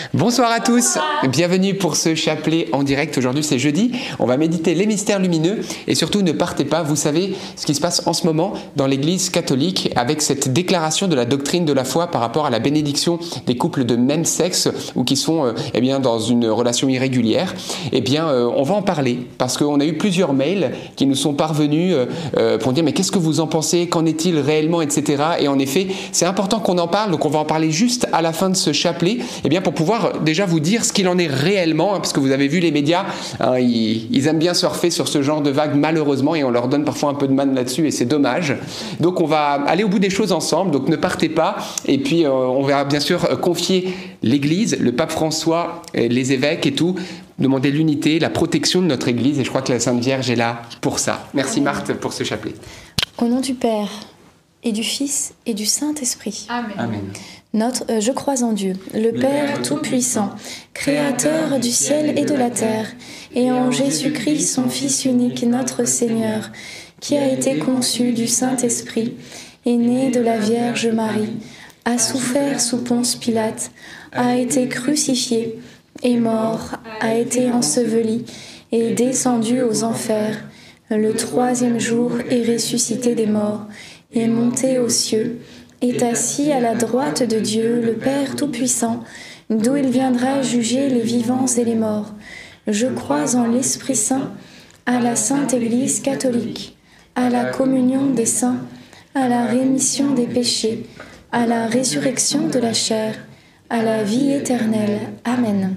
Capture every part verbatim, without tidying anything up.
Bonsoir à tous, bienvenue pour ce chapelet en direct. Aujourd'hui c'est jeudi, on va méditer les mystères lumineux et surtout ne partez pas, vous savez ce qui se passe en ce moment dans l'église catholique avec cette déclaration de la doctrine de la foi par rapport à la bénédiction des couples de même sexe ou qui sont euh, eh bien, dans une relation irrégulière. Eh bien euh, on va en parler parce qu'on a eu plusieurs mails qui nous sont parvenus euh, pour dire mais qu'est-ce que vous en pensez, qu'en est-il réellement, et cetera. Et en effet c'est important qu'on en parle, donc on va en parler juste à la fin de ce chapelet, eh bien pour pouvoir déjà vous dire ce qu'il en est réellement, hein, parce que vous avez vu les médias, hein, ils, ils aiment bien surfer sur ce genre de vagues malheureusement, et on leur donne parfois un peu de manne là-dessus, et c'est dommage. Donc on va aller au bout des choses ensemble, donc ne partez pas, et puis euh, on va bien sûr confier l'Église, le pape François, les évêques et tout, demander l'unité, la protection de notre Église, et je crois que la Sainte Vierge est là pour ça. Merci Marthe pour ce chapelet. Au nom du Père, et du Fils, et du Saint-Esprit. Amen. Amen. Notre, euh, je crois en Dieu, le Père Tout-Puissant, Créateur du ciel et de la terre, et en Jésus-Christ, son Fils unique, notre Seigneur, qui a été conçu du Saint-Esprit, est né de la Vierge Marie, a souffert sous Ponce Pilate, a été crucifié, est mort, a été enseveli, est descendu aux enfers, le troisième jour est ressuscité des morts, est monté aux cieux, est assis à la droite de Dieu, le Père Tout-Puissant, d'où il viendra juger les vivants et les morts. Je crois en l'Esprit Saint, à la Sainte Église catholique, à la communion des saints, à la rémission des péchés, à la résurrection de la chair, à la vie éternelle. Amen.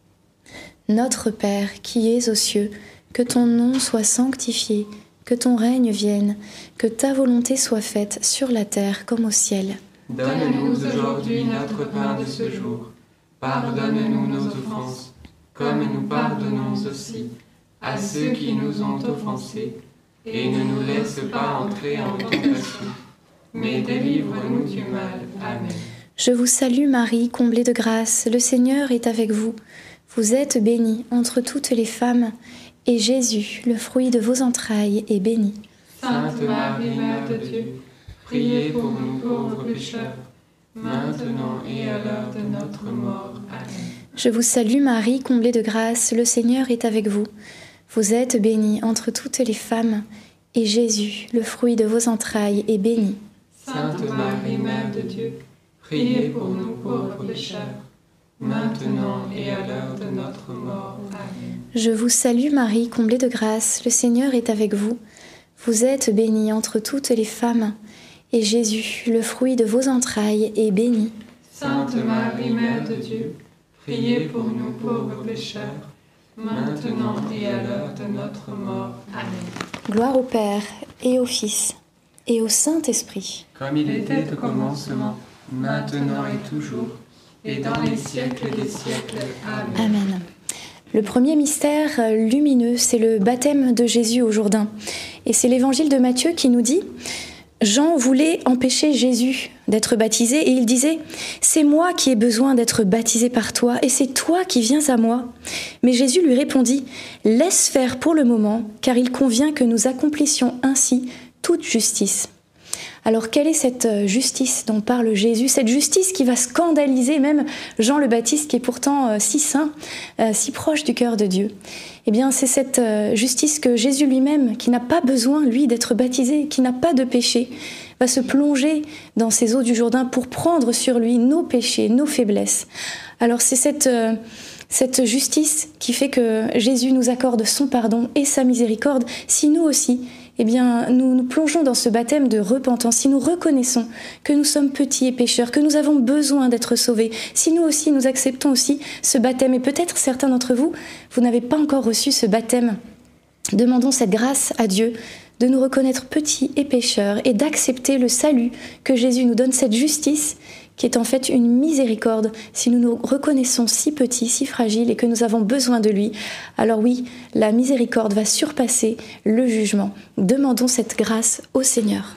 Notre Père, qui es aux cieux, que ton nom soit sanctifié, que ton règne vienne, que ta volonté soit faite sur la terre comme au ciel. Donne-nous aujourd'hui notre pain de ce jour. Pardonne-nous nos offenses, comme nous pardonnons aussi à ceux qui nous ont offensés. Et ne nous laisse pas entrer en tentation, mais délivre-nous du mal. Amen. Je vous salue Marie, comblée de grâce, le Seigneur est avec vous. Vous êtes bénie entre toutes les femmes, et Jésus, le fruit de vos entrailles, est béni. Sainte Marie, Mère de Dieu, priez pour nous pauvres pécheurs, maintenant et à l'heure de notre mort. Amen. Je vous salue Marie, comblée de grâce, le Seigneur est avec vous. Vous êtes bénie entre toutes les femmes, et Jésus, le fruit de vos entrailles, est béni. Sainte Marie, Mère de Dieu, priez pour nous pauvres pécheurs, maintenant et à l'heure de notre mort. Amen. Je vous salue Marie, comblée de grâce, le Seigneur est avec vous. Vous êtes bénie entre toutes les femmes, et Jésus, le fruit de vos entrailles, est béni. Sainte Marie, Mère de Dieu, priez pour nous pauvres pécheurs, maintenant et à l'heure de notre mort. Amen. Gloire au Père, et au Fils, et au Saint-Esprit. Comme il était au commencement, maintenant et toujours, et dans les siècles des siècles. Amen. Amen. Le premier mystère lumineux, c'est le baptême de Jésus au Jourdain. Et c'est l'évangile de Matthieu qui nous dit « Jean voulait empêcher Jésus d'être baptisé et il disait « C'est moi qui ai besoin d'être baptisé par toi et c'est toi qui viens à moi. » Mais Jésus lui répondit « Laisse faire pour le moment, car il convient que nous accomplissions ainsi toute justice. » Alors, quelle est cette justice dont parle Jésus? Cette justice qui va scandaliser même Jean le Baptiste, qui est pourtant euh, si saint, euh, si proche du cœur de Dieu. Eh bien, c'est cette euh, justice que Jésus lui-même, qui n'a pas besoin, lui, d'être baptisé, qui n'a pas de péché, va se plonger dans ces eaux du Jourdain pour prendre sur lui nos péchés, nos faiblesses. Alors, c'est cette... Euh, Cette justice qui fait que Jésus nous accorde son pardon et sa miséricorde, si nous aussi, eh bien, nous nous plongeons dans ce baptême de repentance, si nous reconnaissons que nous sommes petits et pécheurs, que nous avons besoin d'être sauvés, si nous aussi, nous acceptons aussi ce baptême, et peut-être certains d'entre vous, vous n'avez pas encore reçu ce baptême, demandons cette grâce à Dieu de nous reconnaître petits et pécheurs et d'accepter le salut que Jésus nous donne, cette justice qui est en fait une miséricorde si nous nous reconnaissons si petits, si fragiles et que nous avons besoin de lui. Alors oui, la miséricorde va surpasser le jugement. Demandons cette grâce au Seigneur.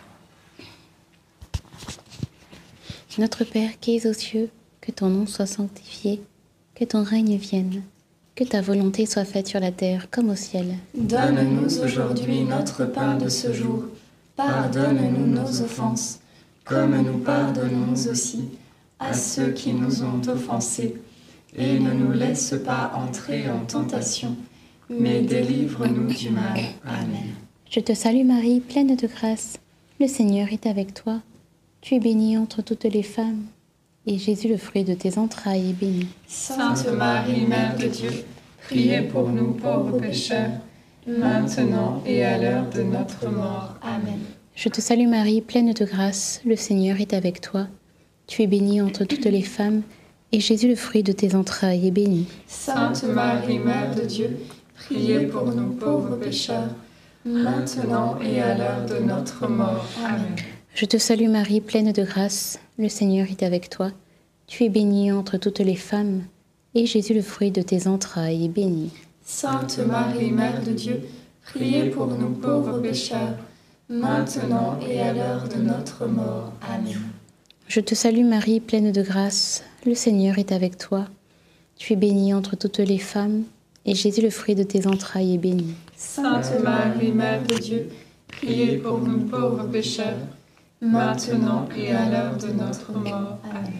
Notre Père qui es aux cieux, que ton nom soit sanctifié, que ton règne vienne, que ta volonté soit faite sur la terre comme au ciel. Donne-nous aujourd'hui notre pain de ce jour. Pardonne-nous nos offenses, comme nous pardonnons aussi à ceux qui nous ont offensés. et ne nous laisse pas entrer en tentation, mais délivre-nous du mal. Amen. Je te salue Marie, pleine de grâce. Le Seigneur est avec toi. Tu es bénie entre toutes les femmes, et Jésus, le fruit de tes entrailles, est béni. Sainte Marie, Mère de Dieu, priez pour nous pauvres pécheurs, maintenant et à l'heure de notre mort. Amen. Je te salue Marie, pleine de grâce. Le Seigneur est avec toi. Tu es bénie entre toutes les femmes, et Jésus, le fruit de tes entrailles, est béni. Sainte Marie, Mère de Dieu, priez pour nous pauvres pécheurs, maintenant et à l'heure de notre mort. Amen. Je te salue Marie, pleine de grâce. Le Seigneur est avec toi. Tu es bénie entre toutes les femmes, et Jésus, le fruit de tes entrailles, est béni. Sainte Marie, Mère de Dieu, priez pour nous pauvres pécheurs, maintenant et à l'heure de notre mort. Amen. Je te salue Marie, pleine de grâce. Le Seigneur est avec toi. Tu es bénie entre toutes les femmes, et Jésus, le fruit de tes entrailles, est béni. Sainte Marie, Mère de Dieu, priez pour nous pauvres pécheurs, maintenant et à l'heure de notre mort. Amen.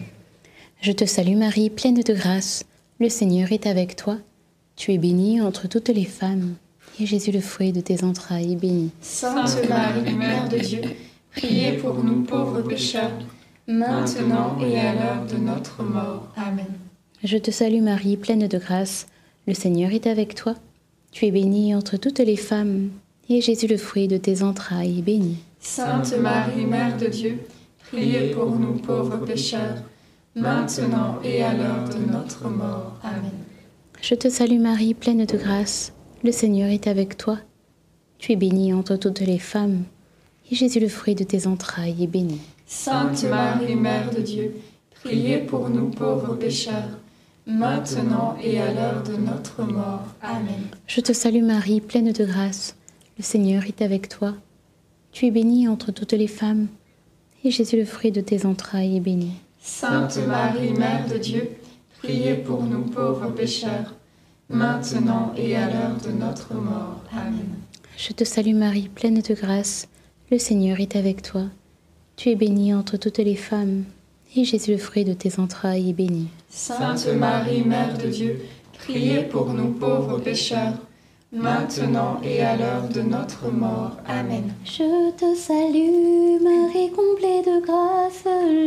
Je te salue Marie, pleine de grâce. Le Seigneur est avec toi. Tu es bénie entre toutes les femmes, et Jésus, le fruit de tes entrailles, est béni. Sainte Marie, Mère de Dieu, priez pour nous pauvres pécheurs, maintenant et à l'heure de notre mort. Amen. Je te salue Marie, pleine de grâce. Le Seigneur est avec toi. Tu es bénie entre toutes les femmes, et Jésus, le fruit de tes entrailles, est béni. Sainte Marie, Mère de Dieu, priez pour nous pauvres pécheurs, maintenant et à l'heure de notre mort. Amen. Je te salue Marie, pleine de grâce. Le Seigneur est avec toi. Tu es bénie entre toutes les femmes, et Jésus, le fruit de tes entrailles, est béni. Sainte Marie, Mère de Dieu, priez pour nous pauvres pécheurs, maintenant et à l'heure de notre mort. Amen. Je te salue Marie, pleine de grâce. Le Seigneur est avec toi. Tu es bénie entre toutes les femmes, et Jésus, le fruit de tes entrailles, est béni. Sainte Marie, Mère de Dieu, priez pour nous pauvres pécheurs, maintenant et à l'heure de notre mort. Amen. Je te salue Marie, pleine de grâce. Le Seigneur est avec toi. Tu es bénie entre toutes les femmes, et Jésus, le fruit de tes entrailles, est béni. Sainte Marie, Mère de Dieu, priez pour nous pauvres pécheurs, maintenant et à l'heure de notre mort. Amen. Je te salue, Marie, comblée de grâce,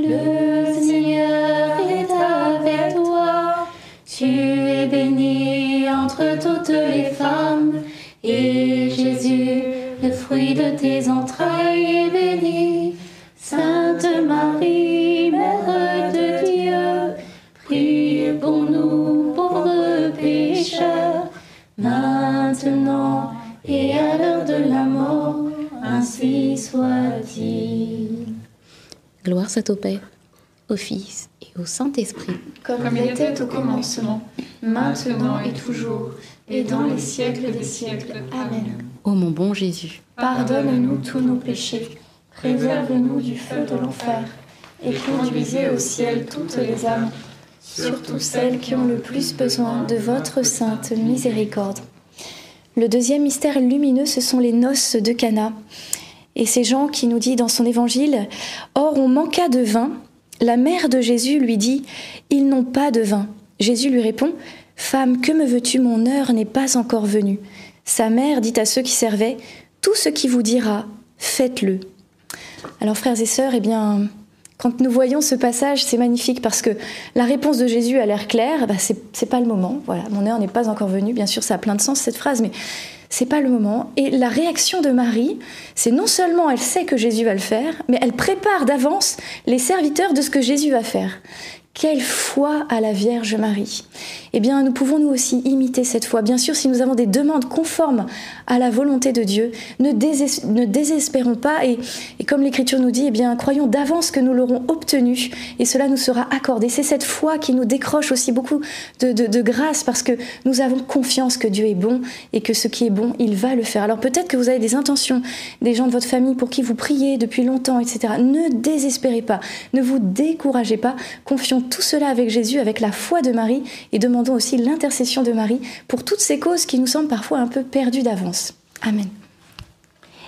le Seigneur est avec toi. Tu es bénie entre toutes les femmes, et Jésus, le fruit de tes entrailles, est béni. Sainte Marie, Mère de Dieu, priez pour nous pauvres pécheurs, maintenant et à l'heure de la mort, ainsi soit-il. Gloire soit au Père, au Fils et au Saint-Esprit, comme, comme il était au commencement, maintenant et toujours, et dans les siècles des siècles. Amen. Ô mon bon Jésus, pardonne-nous tous nos péchés, préserve-nous du feu de l'enfer, et conduisez au ciel toutes les âmes, surtout celles qui ont le plus besoin de votre sainte miséricorde. Le deuxième mystère lumineux, ce sont les noces de Cana. Et c'est Jean qui nous dit dans son évangile, « Or on manqua de vin. La mère de Jésus lui dit, « Ils n'ont pas de vin. » Jésus lui répond, « Femme, que me veux-tu, mon heure n'est pas encore venue. » Sa mère dit à ceux qui servaient, « Tout ce qui vous dira, faites-le. » Alors frères et sœurs, eh bien, quand nous voyons ce passage, c'est magnifique parce que la réponse de Jésus a l'air claire, bah c'est, c'est pas le moment, voilà, mon heure n'est pas encore venue, bien sûr ça a plein de sens cette phrase, mais c'est pas le moment. Et la réaction de Marie, c'est non seulement elle sait que Jésus va le faire, mais elle prépare d'avance les serviteurs de ce que Jésus va faire. Quelle foi à la Vierge Marie! Eh bien, nous pouvons nous aussi imiter cette foi. Bien sûr, si nous avons des demandes conformes à la volonté de Dieu, ne, déses- ne désespérons pas et, et comme l'Écriture nous dit, eh bien, croyons d'avance que nous l'aurons obtenu et cela nous sera accordé. C'est cette foi qui nous décroche aussi beaucoup de, de, de grâce parce que nous avons confiance que Dieu est bon et que ce qui est bon, il va le faire. Alors peut-être que vous avez des intentions, des gens de votre famille pour qui vous priez depuis longtemps, et cetera. Ne désespérez pas, ne vous découragez pas, confions tout cela avec Jésus, avec la foi de Marie et demandons aussi l'intercession de Marie pour toutes ces causes qui nous semblent parfois un peu perdues d'avance. Amen.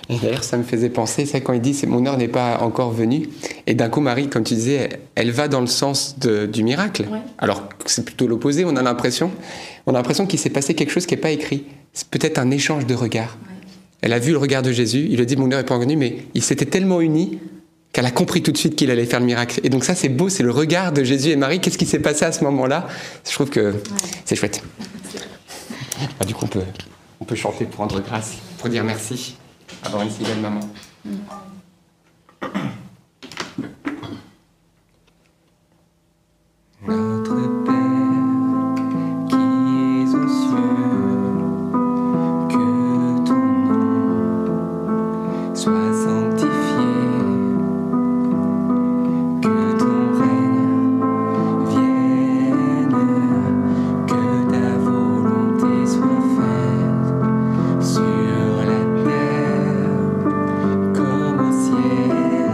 Et d'ailleurs, ça me faisait penser, ça quand il dit « mon heure n'est pas encore venue », et d'un coup, Marie, comme tu disais, elle va dans le sens de, du miracle. Ouais. Alors que c'est plutôt l'opposé, on a l'impression, on a l'impression qu'il s'est passé quelque chose qui n'est pas écrit. C'est peut-être un échange de regards. Ouais. Elle a vu le regard de Jésus, il lui a dit « mon heure n'est pas encore venue », mais ils s'étaient tellement unis qu'elle a compris tout de suite qu'il allait faire le miracle. Et donc ça, c'est beau, c'est le regard de Jésus et Marie. Qu'est-ce qui s'est passé à ce moment-là ? Je trouve que ouais. c'est chouette. Ah, du coup, on peut, on peut chanter pour rendre grâce, pour dire merci. Avoir une si belle maman. Mm. Notre Père qui es aux cieux, que ton nom soit sanctifié, que ton règne vienne, que ta volonté soit faite sur la terre comme au ciel.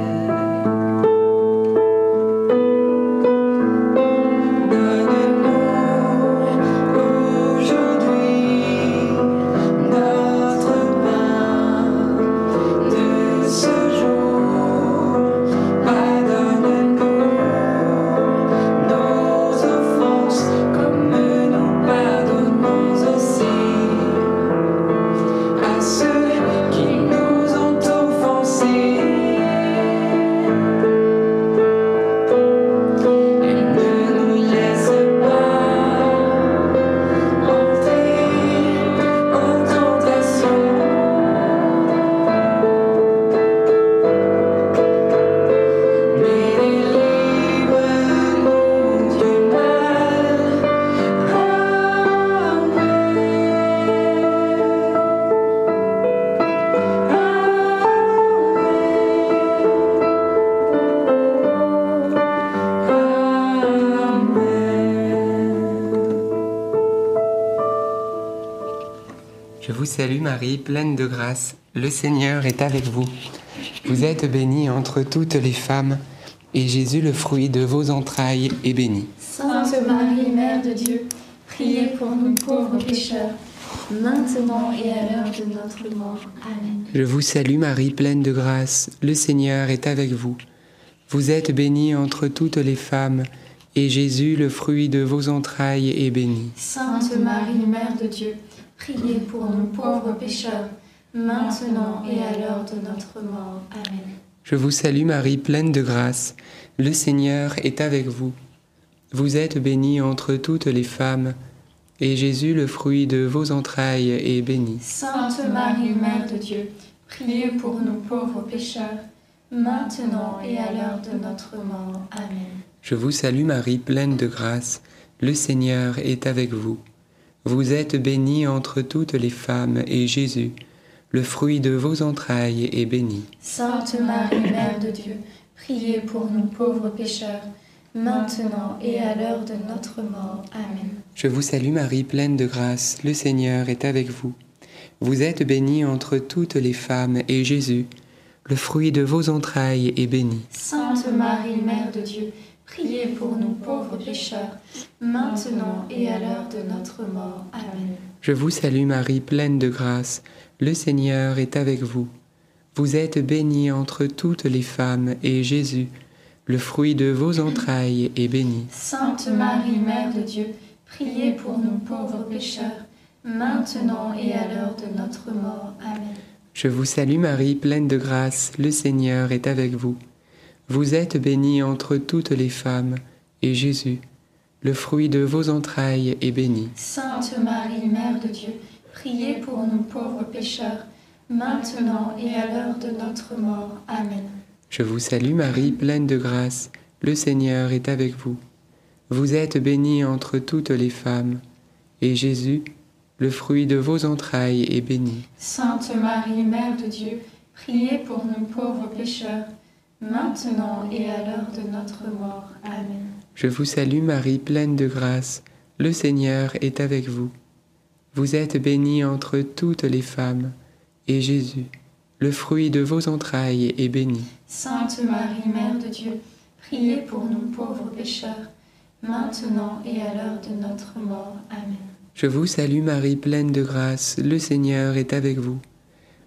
Je vous salue Marie, pleine de grâce, le Seigneur est avec vous. Vous êtes bénie entre toutes les femmes, et Jésus, le fruit de vos entrailles, est béni. Sainte Marie, Mère de Dieu, priez pour nous pauvres pécheurs, maintenant et à l'heure de notre mort. Amen. Je vous salue Marie, pleine de grâce, le Seigneur est avec vous. Vous êtes bénie entre toutes les femmes, et Jésus, le fruit de vos entrailles, est béni. Sainte Marie, Mère de Dieu, priez pour nous pauvres pécheurs, maintenant et à l'heure de notre mort. Amen. Je vous salue Marie, pleine de grâce, le Seigneur est avec vous. Vous êtes bénie entre toutes les femmes, et Jésus, le fruit de vos entrailles, est béni. Sainte Marie, Mère de Dieu, priez pour nous pauvres pécheurs, maintenant et à l'heure de notre mort. Amen. Je vous salue Marie, pleine de grâce, le Seigneur est avec vous. Vous êtes bénie entre toutes les femmes, et Jésus, le fruit de vos entrailles, est béni. Sainte Marie, Mère de Dieu, priez pour nous pauvres pécheurs, maintenant et à l'heure de notre mort. Amen. Je vous salue Marie, pleine de grâce, le Seigneur est avec vous. Vous êtes bénie entre toutes les femmes, et Jésus, le fruit de vos entrailles, est béni. Sainte Marie, Mère de Dieu, priez pour nous pauvres pécheurs, maintenant et à l'heure de notre mort. Amen. Je vous salue Marie, pleine de grâce, le Seigneur est avec vous. Vous êtes bénie entre toutes les femmes, et Jésus, le fruit de vos entrailles, est béni. Sainte Marie, Mère de Dieu, priez pour nous pauvres pécheurs, maintenant et à l'heure de notre mort. Amen. Je vous salue Marie, pleine de grâce, le Seigneur est avec vous. Vous êtes bénie entre toutes les femmes, et Jésus, le fruit de vos entrailles, est béni. Sainte Marie, Mère de Dieu, priez pour nous pauvres pécheurs, maintenant et à l'heure de notre mort. Amen. Je vous salue Marie, pleine de grâce, le Seigneur est avec vous. Vous êtes bénie entre toutes les femmes, et Jésus, le fruit de vos entrailles, est béni. Sainte Marie, Mère de Dieu, priez pour nous pauvres pécheurs, maintenant et à l'heure de notre mort. Amen. Je vous salue Marie, pleine de grâce, le Seigneur est avec vous. Vous êtes bénie entre toutes les femmes, et Jésus, le fruit de vos entrailles, est béni. Sainte Marie, Mère de Dieu, priez pour nous pauvres pécheurs, maintenant et à l'heure de notre mort. Amen. Je vous salue Marie, pleine de grâce, le Seigneur est avec vous.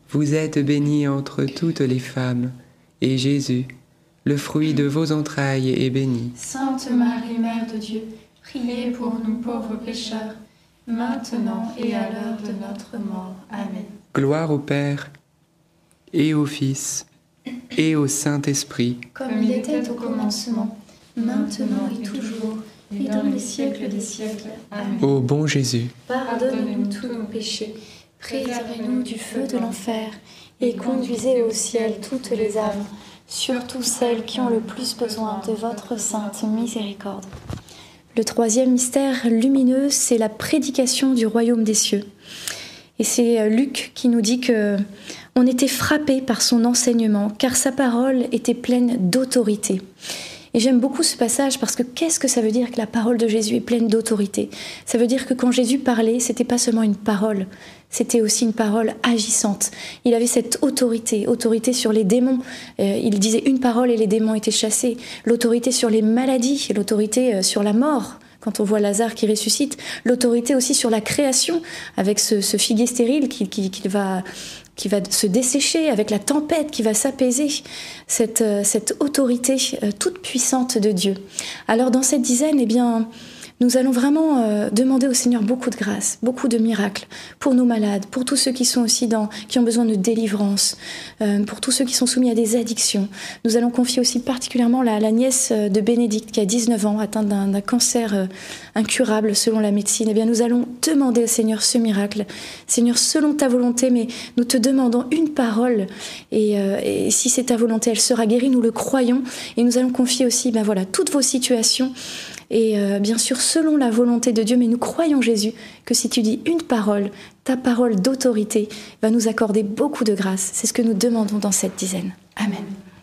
Vous êtes bénie entre toutes les femmes, et Jésus, le fruit de vos entrailles, est béni. Sainte Marie, Mère de Dieu, priez pour nous pauvres pécheurs, maintenant et à l'heure de notre mort. Amen. Gloire au Père, et au Fils, et au Saint-Esprit. Comme il était au commencement, maintenant et toujours, et dans les siècles des siècles. Amen. Ô bon Jésus, Pardonnez-nous tous nos péchés, préservez-nous du feu de l'enfer, et conduisez au ciel toutes les âmes, surtout celles qui ont le plus besoin de votre sainte miséricorde. Le troisième mystère lumineux, c'est la prédication du royaume des cieux. Et c'est Luc qui nous dit que on était frappé par son enseignement, car sa parole était pleine d'autorité. Et j'aime beaucoup ce passage parce que qu'est-ce que ça veut dire que la parole de Jésus est pleine d'autorité ? Ça veut dire que quand Jésus parlait, c'était pas seulement une parole, c'était aussi une parole agissante. Il avait cette autorité, autorité sur les démons. Euh, il disait une parole et les démons étaient chassés. L'autorité sur les maladies, l'autorité sur la mort. Quand on voit Lazare qui ressuscite, l'autorité aussi sur la création, avec ce, ce figuier stérile qui, qui, qui, va, qui va se dessécher, avec la tempête qui va s'apaiser, cette, cette autorité toute puissante de Dieu. Alors dans cette dizaine, eh bien, nous allons vraiment euh, demander au Seigneur beaucoup de grâce, beaucoup de miracles pour nos malades, pour tous ceux qui sont aussi dans, qui ont besoin de délivrance, euh, pour tous ceux qui sont soumis à des addictions. Nous allons confier aussi particulièrement la, la nièce de Bénédicte qui a dix-neuf ans, atteinte d'un, d'un cancer euh, incurable selon la médecine. Eh bien, nous allons demander au Seigneur ce miracle. Seigneur, selon ta volonté, mais nous te demandons une parole et, euh, et si c'est ta volonté, elle sera guérie, nous le croyons. Et nous allons confier aussi, ben voilà, toutes vos situations. Et euh, bien sûr, selon la volonté de Dieu, mais nous croyons, Jésus, que si tu dis une parole, ta parole d'autorité va nous accorder beaucoup de grâce. C'est ce que nous demandons dans cette dizaine. Amen.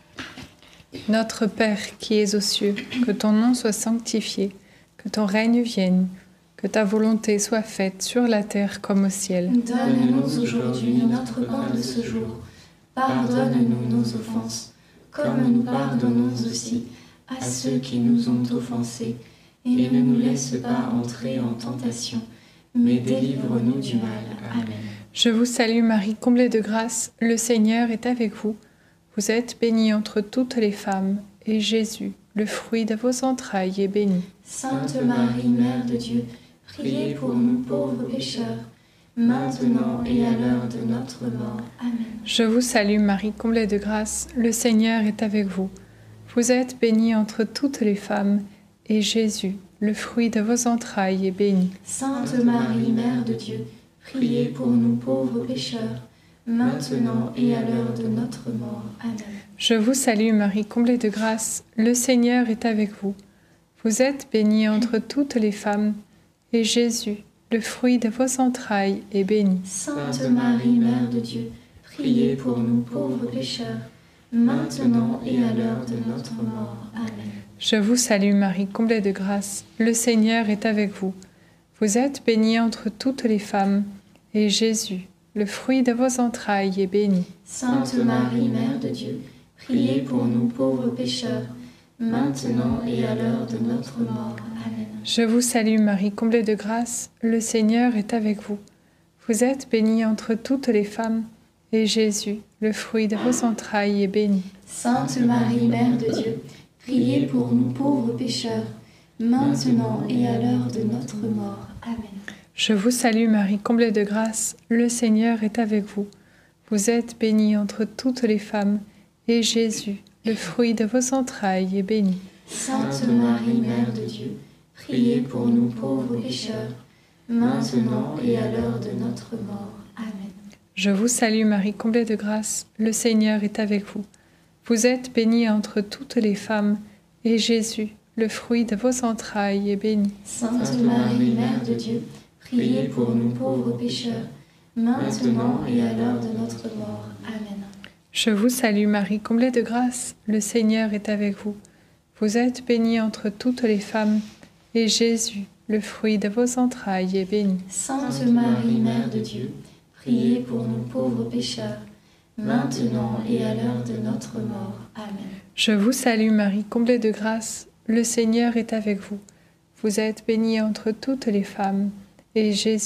Notre Père qui es aux cieux, que ton nom soit sanctifié, que ton règne vienne, que ta volonté soit faite sur la terre comme au ciel. Donne-nous aujourd'hui notre pain de ce jour. Pardonne-nous nos offenses, comme nous pardonnons aussi à ceux qui nous ont offensés. Et ne nous laisse pas entrer en tentation, mais délivre-nous du mal. Amen. Je vous salue Marie, comblée de grâce, le Seigneur est avec vous. Vous êtes bénie entre toutes les femmes, et Jésus, le fruit de vos entrailles, est béni. Sainte Marie, Mère de Dieu, priez pour nous pauvres pécheurs, maintenant et à l'heure de notre mort. Amen. Je vous salue Marie, comblée de grâce, le Seigneur est avec vous. Vous êtes bénie entre toutes les femmes, et Jésus, le fruit de vos entrailles, est béni. Sainte Marie, Mère de Dieu, priez pour nous pauvres pécheurs, maintenant et à l'heure de notre mort. Amen. Je vous salue Marie, comblée de grâce, le Seigneur est avec vous. Vous êtes bénie entre toutes les femmes, et Jésus, le fruit de vos entrailles, est béni. Sainte Marie, Mère de Dieu, priez pour nous pauvres pécheurs, maintenant et à l'heure de notre mort. Amen. Je vous salue Marie, comblée de grâce, le Seigneur est avec vous. Vous êtes bénie entre toutes les femmes, et Jésus, le fruit de vos entrailles, est béni. Sainte Marie, Mère de Dieu, priez pour nous pauvres pécheurs, maintenant et à l'heure de notre mort. Amen. Je vous salue Marie, comblée de grâce, le Seigneur est avec vous. Vous êtes bénie entre toutes les femmes, et Jésus, le fruit de vos entrailles, est béni. Sainte Marie, Mère de Dieu, priez pour nous pauvres pécheurs, maintenant et à l'heure de notre mort. Amen. Je vous salue Marie, comblée de grâce, le Seigneur est avec vous. Vous êtes bénie entre toutes les femmes, et Jésus, le fruit de vos entrailles, est béni. Sainte Marie, Mère de Dieu, priez pour nous pauvres pécheurs, maintenant et à l'heure de notre mort. Amen. Je vous salue Marie, comblée de grâce, le Seigneur est avec vous. Vous êtes bénie entre toutes les femmes, et Jésus, le fruit de vos entrailles, est béni. Sainte Marie, Mère de Dieu, priez pour nous pauvres pécheurs, maintenant et à l'heure de notre mort. Amen. Je vous salue Marie, comblée de grâce, le Seigneur est avec vous. Vous êtes bénie entre toutes les femmes, et Jésus, le fruit de vos entrailles, est béni. Sainte Marie, Mère de Dieu, priez pour nous pauvres pécheurs, maintenant et à l'heure de notre mort. Amen. Je vous salue Marie, comblée de grâce, le Seigneur est avec vous. Vous êtes bénie entre toutes les femmes, et Jésus,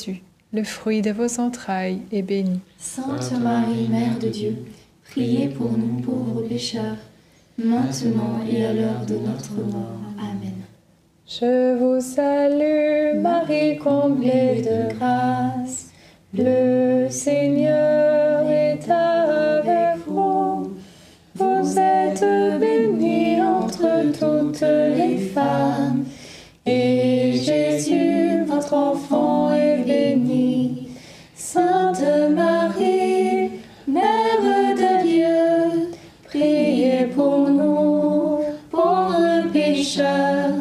le fruit de vos entrailles est béni. Sainte Marie, Mère de Dieu, priez pour nous pauvres pécheurs, maintenant et à l'heure de notre mort. Amen. Je vous salue, Marie comblée de grâce, le Seigneur est avec vous. Vous êtes bénie entre toutes les femmes, et Jésus, votre enfant, est béni. Sainte Marie, Mère de Dieu, priez pour nous, pauvres pécheurs,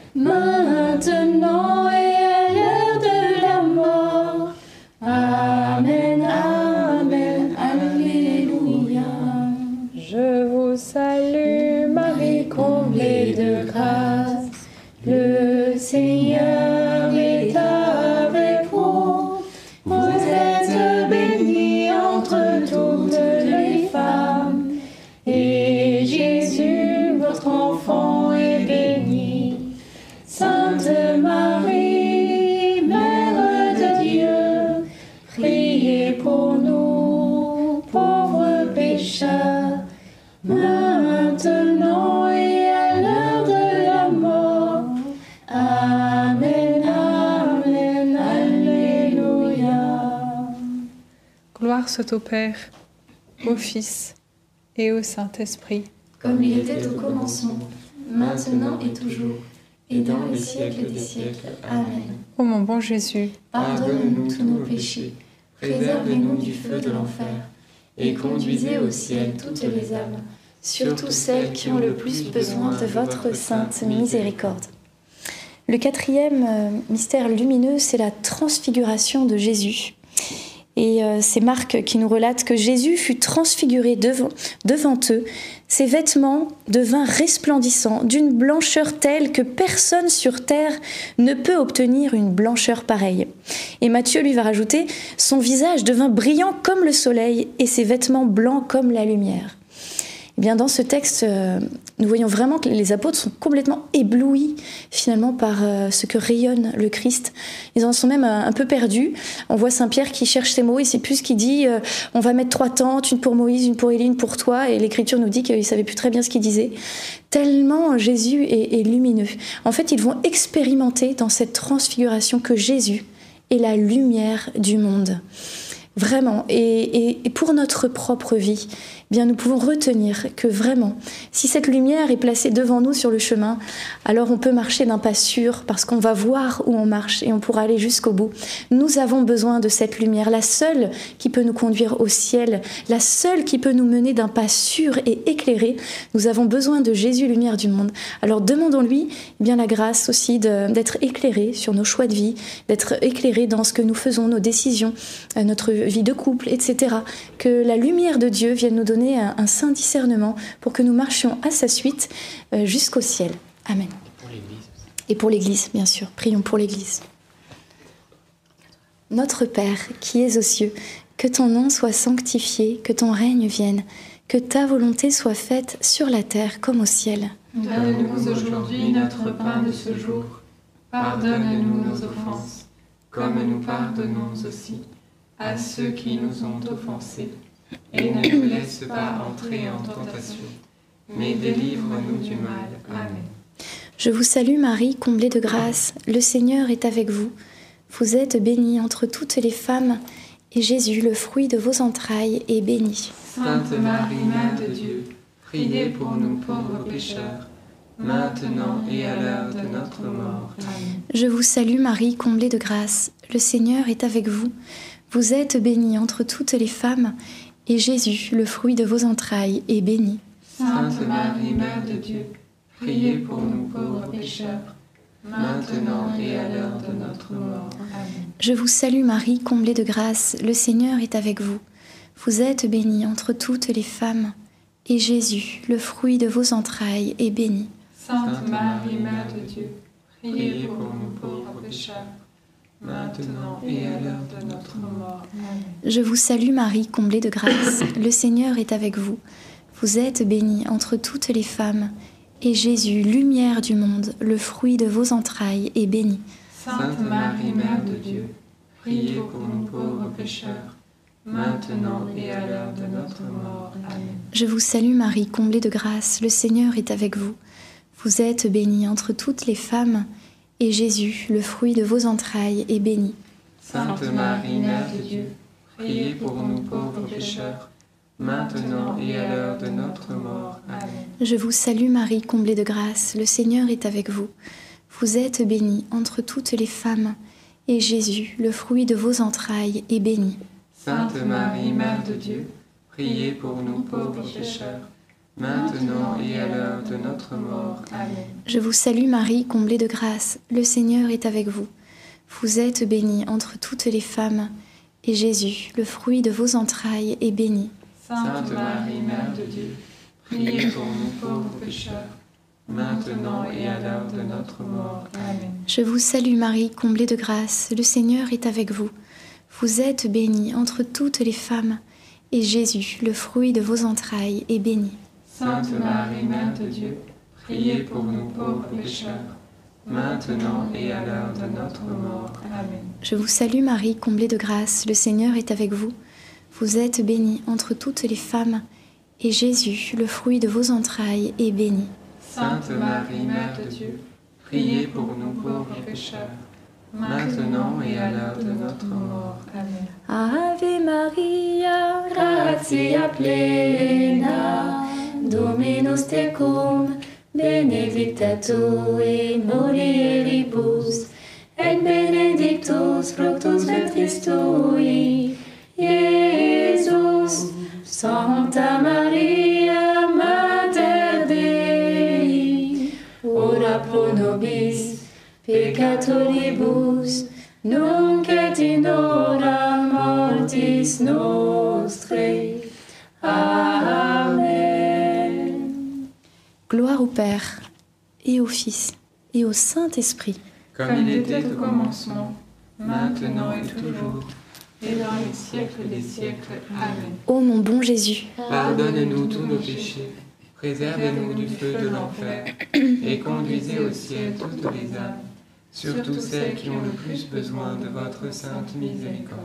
maintenant et à l'heure de la mort. Amen, amen, alléluia. Je vous salue, Marie comblée de grâce, le Seigneur est avec vous. Vous êtes bénie entre toutes les femmes, et Jésus, votre enfant, est béni. Sainte Marie, Mère de Dieu, priez pour nous, pauvres pécheurs, maintenant et à l'heure de la mort. Amen, amen, alléluia. Gloire soit au Père, au Fils et au Saint-Esprit. Comme il était au commencement, maintenant et toujours, et dans les siècles des siècles. Amen. Ô mon bon Jésus, pardonne-nous tous nos péchés, préservez-nous du feu de l'enfer, et conduisez au ciel toutes les âmes, surtout celles qui ont le plus besoin de votre sainte miséricorde. Le quatrième euh, mystère lumineux, c'est la transfiguration de Jésus. Et euh, c'est Marc qui nous relate que Jésus fut transfiguré devant, devant eux. Ses vêtements devinrent resplendissants, d'une blancheur telle que personne sur terre ne peut obtenir une blancheur pareille. Et Matthieu lui va rajouter « Son visage devint brillant comme le soleil et ses vêtements blancs comme la lumière ». Eh bien, dans ce texte, euh, nous voyons vraiment que les apôtres sont complètement éblouis finalement par euh, ce que rayonne le Christ. Ils en sont même euh, un peu perdus. On voit Saint Pierre qui cherche ses mots, il ne sait plus ce qu'il dit. Euh, on va mettre trois tentes, une pour Moïse, une pour Élie, une pour toi. Et l'Écriture nous dit qu'il ne savait plus très bien ce qu'il disait. Tellement Jésus est, est lumineux. En fait, ils vont expérimenter dans cette transfiguration que Jésus est la lumière du monde. Vraiment, et, et, et pour notre propre vie, eh bien nous pouvons retenir que vraiment, si cette lumière est placée devant nous sur le chemin, alors on peut marcher d'un pas sûr parce qu'on va voir où on marche et on pourra aller jusqu'au bout. Nous avons besoin de cette lumière, la seule qui peut nous conduire au ciel, la seule qui peut nous mener d'un pas sûr et éclairé. Nous avons besoin de Jésus, lumière du monde. Alors demandons-lui eh bien la grâce aussi de, d'être éclairé sur nos choix de vie, d'être éclairé dans ce que nous faisons, nos décisions, notre vie de couple, et cetera. Que la lumière de Dieu vienne nous donner un, un saint discernement pour que nous marchions à sa suite euh, jusqu'au ciel. Amen. Pour l'Église. Et pour l'Église, bien sûr. Prions pour l'Église. Notre Père, qui es aux cieux, que ton nom soit sanctifié, que ton règne vienne, que ta volonté soit faite sur la terre comme au ciel. Donne-nous aujourd'hui notre pain de ce jour. Pardonne-nous nos offenses, comme nous pardonnons aussi à ceux qui nous ont offensés. Et ne nous laisse pas entrer en tentation, mais délivre-nous du mal. Amen. Je vous salue Marie, comblée de grâce, le Seigneur est avec vous. Vous êtes bénie entre toutes les femmes, et Jésus, le fruit de vos entrailles, est béni. Sainte Marie, Mère de Dieu, priez pour nous pauvres pécheurs, maintenant et à l'heure de notre mort. Amen. Je vous salue Marie, comblée de grâce, le Seigneur est avec vous. Vous êtes bénie entre toutes les femmes, et Jésus, le fruit de vos entrailles, est béni. Sainte Marie, Mère de Dieu, priez pour nous pauvres pécheurs, maintenant et à l'heure de notre mort. Amen. Je vous salue Marie, comblée de grâce, le Seigneur est avec vous. Vous êtes bénie entre toutes les femmes, et Jésus, le fruit de vos entrailles, est béni. Sainte Marie, Mère de Dieu, priez pour nous pauvres pécheurs, maintenant et à l'heure de notre mort. Amen. Je vous salue Marie, comblée de grâce, le Seigneur est avec vous. Vous êtes bénie entre toutes les femmes, et Jésus, lumière du monde, le fruit de vos entrailles, est béni. Sainte Marie, Mère de Dieu, priez pour nous pauvres pécheurs, maintenant et à l'heure de notre mort. Amen. Je vous salue Marie, comblée de grâce, le Seigneur est avec vous. Vous êtes bénie entre toutes les femmes, et Jésus, le fruit de vos entrailles, est béni. Sainte Marie, Mère de Dieu, priez pour nous pauvres pécheurs, maintenant et à l'heure de notre mort. Amen. Je vous salue Marie, comblée de grâce, le Seigneur est avec vous. Vous êtes bénie entre toutes les femmes, et Jésus, le fruit de vos entrailles, est béni. Sainte Marie, Mère de Dieu, priez pour nous pauvres pécheurs, maintenant et à l'heure de notre mort. Amen. Je vous salue Marie, comblée de grâce, le Seigneur est avec vous. Vous êtes bénie entre toutes les femmes, et Jésus, le fruit de vos entrailles, est béni. Sainte Marie, Mère de Dieu, priez pour nous pauvres pécheurs, maintenant et à l'heure de notre mort. Amen. Je vous salue Marie, comblée de grâce, le Seigneur est avec vous. Vous êtes bénie entre toutes les femmes, et Jésus, le fruit de vos entrailles, est béni. Sainte Marie, Mère de Dieu, priez pour nous pauvres pécheurs, maintenant et à l'heure de notre mort. Amen. Je vous salue Marie, comblée de grâce, le Seigneur est avec vous. Vous êtes bénie entre toutes les femmes, et Jésus, le fruit de vos entrailles, est béni. Sainte Marie, Mère de Dieu, priez pour nous pauvres pécheurs, maintenant et à l'heure de notre mort. Amen. Ave Maria, Gratia plena, Dominus tecum, benedicta tu in mulieribus, et benedictus fructus ventris tui, Iesus. Sancta Maria, Mater Dei, ora pro nobis peccatoribus, nunc et in hora mortis nostrae. Amen. Gloire au Père, et au Fils, et au Saint-Esprit. Comme il était au commencement, maintenant et toujours, et dans les siècles des siècles. Amen. Ô mon bon Jésus, Pardonne-nous tous nos péchés, préservez-nous du feu de l'enfer, et conduisez au ciel toutes les âmes, surtout celles qui ont le plus besoin de votre sainte miséricorde.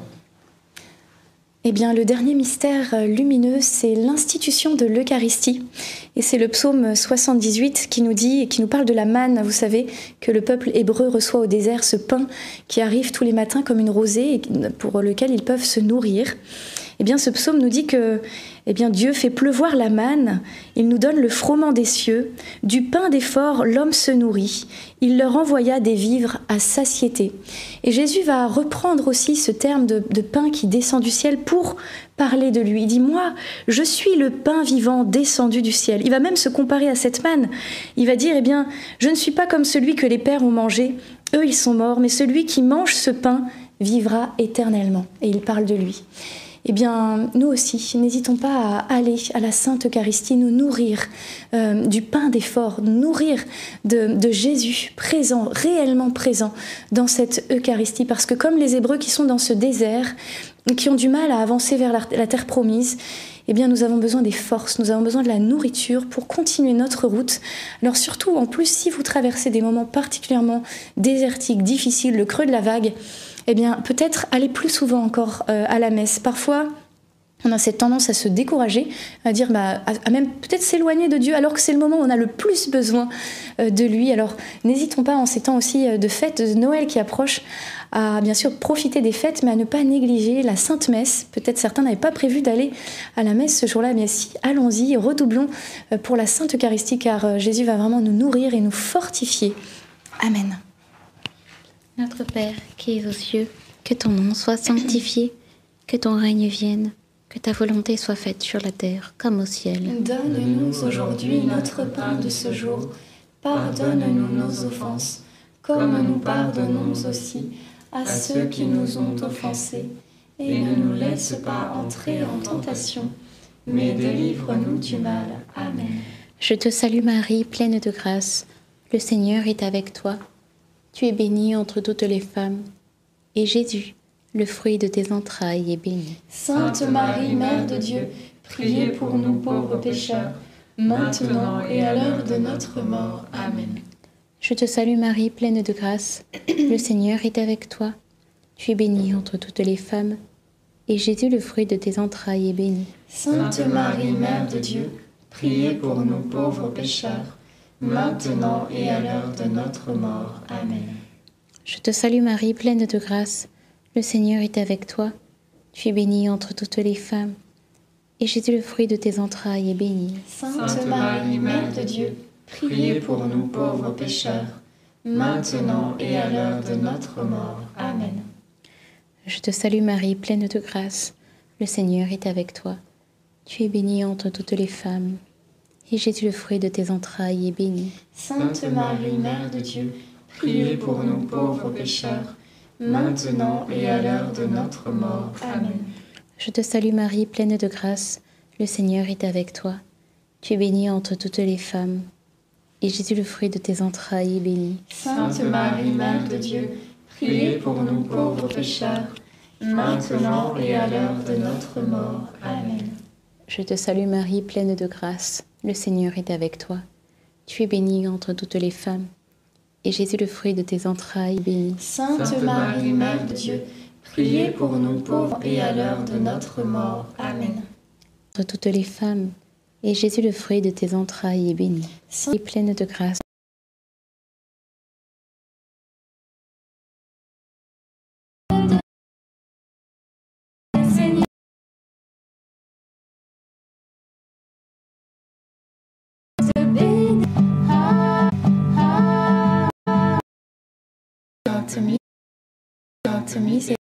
eh bien, le dernier mystère lumineux, c'est l'institution de l'Eucharistie. Et c'est le psaume soixante-dix-huit qui nous dit, et qui nous parle de la manne. Vous savez que le peuple hébreu reçoit au désert ce pain qui arrive tous les matins comme une rosée et pour lequel ils peuvent se nourrir. Eh bien, ce psaume nous dit que eh bien, Dieu fait pleuvoir la manne, il nous donne le froment des cieux, du pain des forts l'homme se nourrit, il leur envoya des vivres à satiété. Et Jésus va reprendre aussi ce terme de, de pain qui descend du ciel pour parler de lui. Il dit « Moi, je suis le pain vivant descendu du ciel ». Il va même se comparer à cette manne. Il va dire « Eh bien, je ne suis pas comme celui que les pères ont mangé, eux ils sont morts, mais celui qui mange ce pain vivra éternellement ». Et il parle de lui. Eh bien, nous aussi, n'hésitons pas à aller à la Sainte Eucharistie, nous nourrir euh, du pain des forts, nous nourrir de, de Jésus présent, réellement présent dans cette Eucharistie. Parce que comme les Hébreux qui sont dans ce désert, qui ont du mal à avancer vers la, la terre promise, eh bien, nous avons besoin des forces, nous avons besoin de la nourriture pour continuer notre route. Alors surtout, en plus, si vous traversez des moments particulièrement désertiques, difficiles, le creux de la vague, eh bien, peut-être aller plus souvent encore euh, à la messe. Parfois, on a cette tendance à se décourager, à dire, bah, à, à même peut-être s'éloigner de Dieu, alors que c'est le moment où on a le plus besoin euh, de lui. Alors, n'hésitons pas, en ces temps aussi de fêtes, de Noël qui approche, à bien sûr profiter des fêtes, mais à ne pas négliger la Sainte Messe. Peut-être certains n'avaient pas prévu d'aller à la messe ce jour-là, mais si, allons-y, redoublons pour la Sainte Eucharistie, car Jésus va vraiment nous nourrir et nous fortifier. Amen. Notre Père, qui es aux cieux, que ton nom soit sanctifié, que ton règne vienne, que ta volonté soit faite sur la terre comme au ciel. Donne-nous aujourd'hui notre pain de ce jour. Pardonne-nous nos offenses, comme nous pardonnons aussi à ceux qui nous ont offensés. Et ne nous laisse pas entrer en tentation, mais délivre-nous du mal. Amen. Je te salue Marie, pleine de grâce. Le Seigneur est avec toi. Tu es bénie entre toutes les femmes, et Jésus, le fruit de tes entrailles, est béni. Sainte Marie, Mère de Dieu, priez pour nous pauvres pécheurs, maintenant et à l'heure de notre mort. Amen. Je te salue Marie, pleine de grâce. Le Seigneur est avec toi. Tu es bénie entre toutes les femmes, et Jésus, le fruit de tes entrailles, est béni. Sainte Marie, Mère de Dieu, priez pour nous pauvres pécheurs, maintenant et à l'heure de notre mort. Amen. Je te salue Marie, pleine de grâce, le Seigneur est avec toi. Tu es bénie entre toutes les femmes, et Jésus, le fruit de tes entrailles, est béni. Sainte Marie, Mère de Dieu, priez pour nous pauvres pécheurs, maintenant et à l'heure de notre mort. Amen. Je te salue Marie, pleine de grâce, le Seigneur est avec toi. Tu es bénie entre toutes les femmes, et Jésus, le fruit de tes entrailles, est béni. Sainte Marie, Mère de Dieu, priez pour nous pauvres pécheurs, maintenant et à l'heure de notre mort. Amen. Je te salue Marie, pleine de grâce, le Seigneur est avec toi. Tu es bénie entre toutes les femmes, et Jésus, le fruit de tes entrailles, est béni. Sainte Marie, Mère de Dieu, priez pour nous pauvres pécheurs, maintenant et à l'heure de notre mort. Amen. Je te salue Marie, pleine de grâce, le Seigneur est avec toi. Tu es bénie entre toutes les femmes, et Jésus, le fruit de tes entrailles, est béni. Sainte Marie, Mère de Dieu, priez pour nous pauvres et à l'heure de notre mort. Amen. Entre toutes les femmes, et Jésus, le fruit de tes entrailles, est béni. Et pleine de grâce. Sainte Mise,